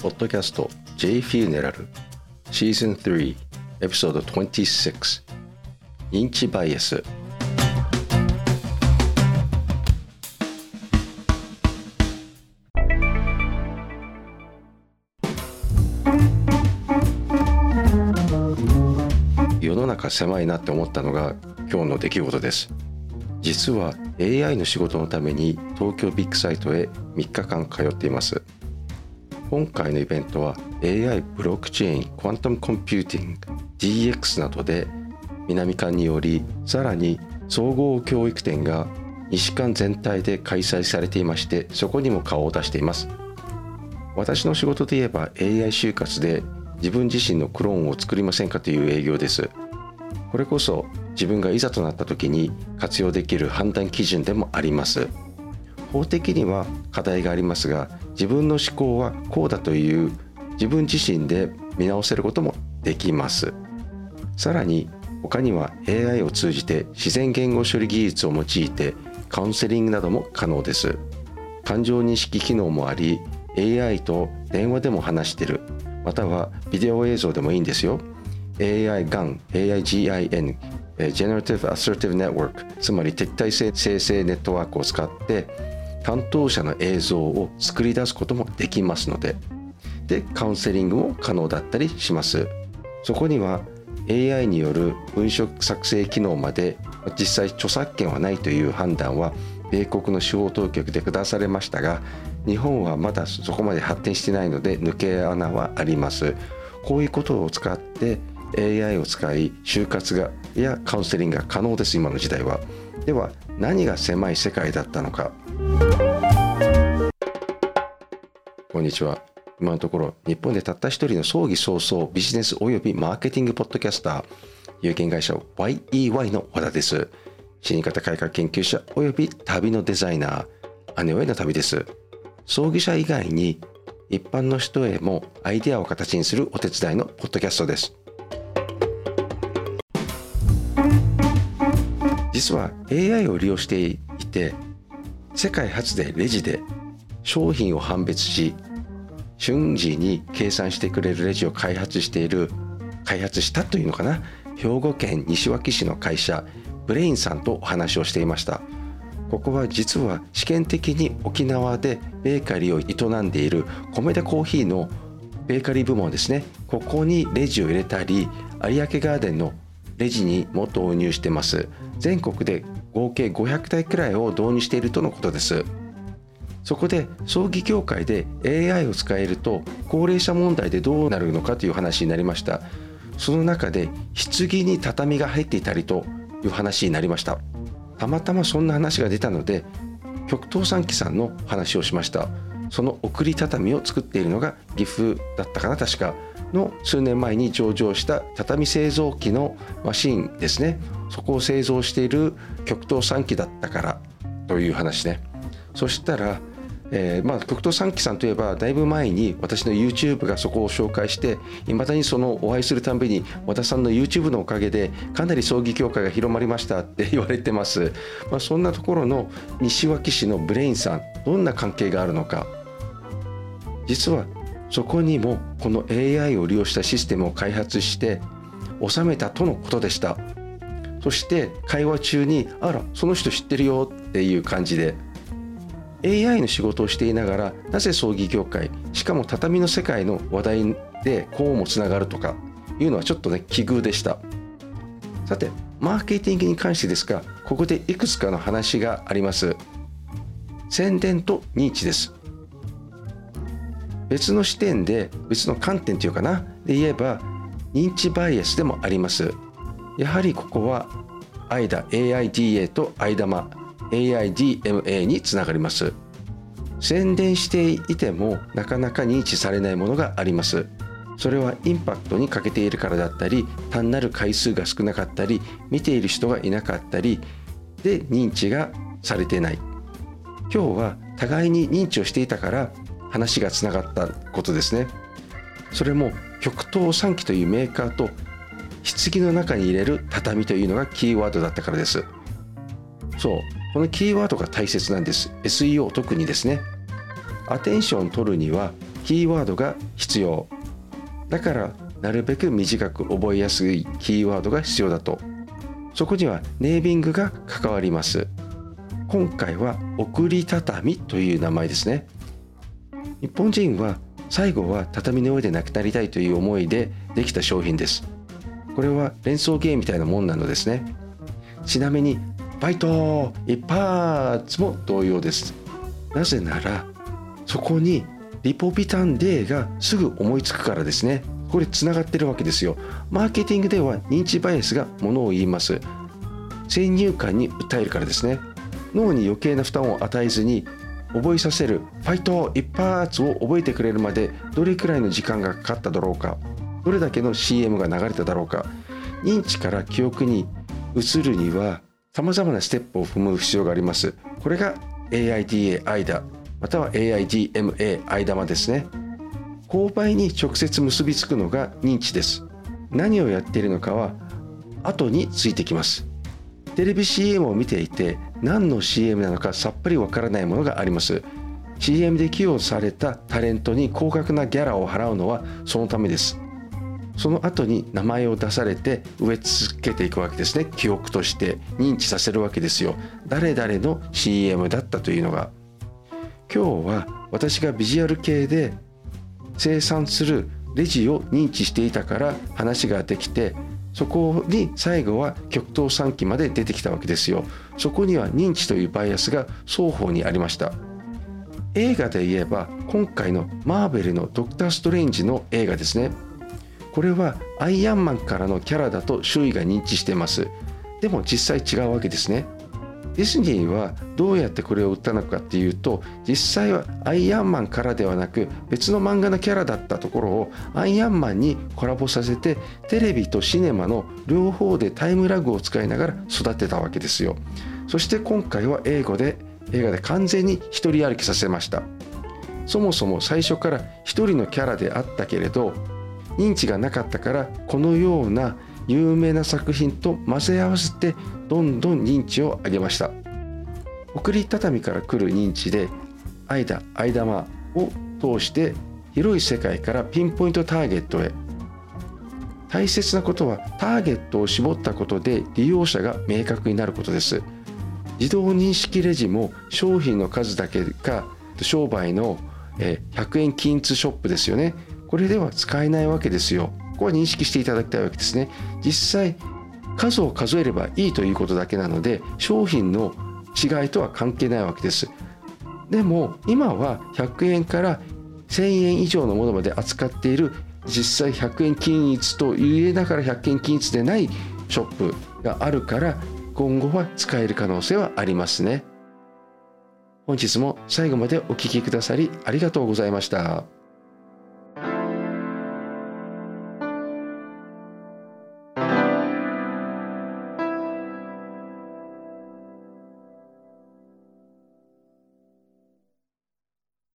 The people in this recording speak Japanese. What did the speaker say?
ポッドキャスト J フューネラルシーズン3エピソード26認知バイアス。世の中狭いなって思ったのが今日の出来事です。実は AI の仕事のために東京ビッグサイトへ3日間通っています。今回のイベントは AI、ブロックチェーン、クワンタムコンピューティング、DX などで南館により、さらに総合教育展が西館全体で開催されていまして、そこにも顔を出しています。私の仕事で言えば AI 就活で自分自身のクローンを作りませんかという営業です。これこそ自分がいざとなった時に活用できる判断基準でもあります。法的には課題がありますが、自分の思考はこうだという自分自身で見直せることもできます。さらに他には AI を通じて自然言語処理技術を用いてカウンセリングなども可能です。感情認識機能もあり、 AI と電話でも話している、またはビデオ映像でもいいんですよ。 AI-GAN、AIGIN、Generative Assertive Network、 つまり敵対性生成ネットワークを使って担当者の映像を作り出すこともできますので、カウンセリングも可能だったりします。そこには AI による文書作成機能まで、実際著作権はないという判断は米国の司法当局で下されましたが、日本はまだそこまで発展していないので抜け穴はあります。こういうことを使って AI を使い就活やカウンセリングが可能です。今の時代は。では何が狭い世界だったのか。こんにちは。今のところ日本でたった一人の葬儀早々ビジネスおよびマーケティングポッドキャスター、有限会社 YEY の和田です。死に方改革研究者および旅のデザイナー、姉への旅です。葬儀者以外に一般の人へもアイデアを形にするお手伝いのポッドキャストです。実は AI を利用していて、世界初でレジで商品を判別し瞬時に計算してくれるレジを開発したというのかな、兵庫県西脇市の会社ブレインさんとお話をしていました。ここは実は試験的に沖縄でベーカリーを営んでいる米田コーヒーのベーカリー部門ですね。ここにレジを入れたり、有明ガーデンのレジにも導入してます。全国で合計500台くらいを導入しているとのことです。そこで葬儀業界で AI を使えると高齢者問題でどうなるのかという話になりました。その中で棺に畳が入っていたりという話になりました。たまたまそんな話が出たので極東三喜さんの話をしました。その送り畳を作っているのが岐阜だったかな、確かの数年前に上場した畳製造機のマシンですね。そこを製造している極東三喜だったからという話ね。そしたら極東三喜さんといえばだいぶ前に私の YouTube がそこを紹介して、いまだにそのお会いするたんびに和田さんの YouTube のおかげでかなり葬儀業界が広まりましたって言われてます。そんなところの西脇市のブレインさん、どんな関係があるのか。実はそこにもこの AI を利用したシステムを開発して収めたとのことでした。そして会話中にあらその人知ってるよっていう感じで、AI の仕事をしていながらなぜ葬儀業界、しかも畳の世界の話題でこうもつながるとかいうのはちょっとね奇遇でした。さてマーケティングに関してですが、ここでいくつかの話があります。宣伝と認知です。別の視点で別の観点というかなで言えば認知バイアスでもあります。やはりここはAIDA と間 AIDMA につながります。宣伝していてもなかなか認知されないものがあります。それはインパクトに欠けているからだったり、単なる回数が少なかったり、見ている人がいなかったりで認知がされていない。今日は互いに認知をしていたから話がつながったことですね。それも極東三喜というメーカーと棺の中に入れる畳というのがキーワードだったからです。そう、このキーワードが大切なんです。 SEO 特にですね。アテンションを取るにはキーワードが必要だから、なるべく短く覚えやすいキーワードが必要だと。そこにはネーミングが関わります。今回は送り畳という名前ですね。日本人は最後は畳の上でなくなりたいという思いでできた商品です。これは連想ゲームみたいなもんなのですね。ちなみにファイト一発も同様です。なぜならそこにリポビタン D がすぐ思いつくからですね。これつながってるわけですよ。マーケティングでは認知バイアスがものを言います。先入観に訴えるからですね。脳に余計な負担を与えずに覚えさせるファイト一発を覚えてくれるまでどれくらいの時間がかかっただろうか、どれだけの CM が流れただろうか。認知から記憶に移るには様々なステップを踏む必要があります。これが AIDA 間または AIDMA 間間ですね。購買に直接結びつくのが認知です。何をやっているのかは後についてきます。テレビ CM を見ていて何の CM なのかさっぱりわからないものがあります。 CM で起用されたタレントに高額なギャラを払うのはそのためです。その後に名前を出されて植え付けていくわけですね。記憶として認知させるわけですよ。誰々の CM だったというのが。今日は私がビジュアル系で生産するレジを認知していたから話ができて、そこに最後は極東3期まで出てきたわけですよ。そこには認知というバイアスが双方にありました。映画で言えば今回のマーベルのドクター・ストレンジの映画ですね。これはアイアンマンからのキャラだと周囲が認知しています。でも実際違うわけですね。ディズニーはどうやってこれを売ったのかっていうと、実際はアイアンマンからではなく別の漫画のキャラだったところをアイアンマンにコラボさせて、テレビとシネマの両方でタイムラグを使いながら育てたわけですよ。そして今回は映画で完全に一人歩きさせました。そもそも最初から一人のキャラであったけれど認知がなかったから、このような有名な作品と混ぜ合わせてどんどん認知を上げました。送り畳から来る認知で間間を通して広い世界からピンポイントターゲットへ。大切なことはターゲットを絞ったことで利用者が明確になることです。自動認識レジも商品の数だけが商売の100円均一ショップですよね。これでは使えないわけですよ。ここは認識していただきたいわけですね。実際数を数えればいいということだけなので商品の違いとは関係ないわけです。でも今は100円から1000円以上のものまで扱っている、実際100円均一と言えながら100円均一でないショップがあるから、今後は使える可能性はありますね。本日も最後までお聞きくださりありがとうございました。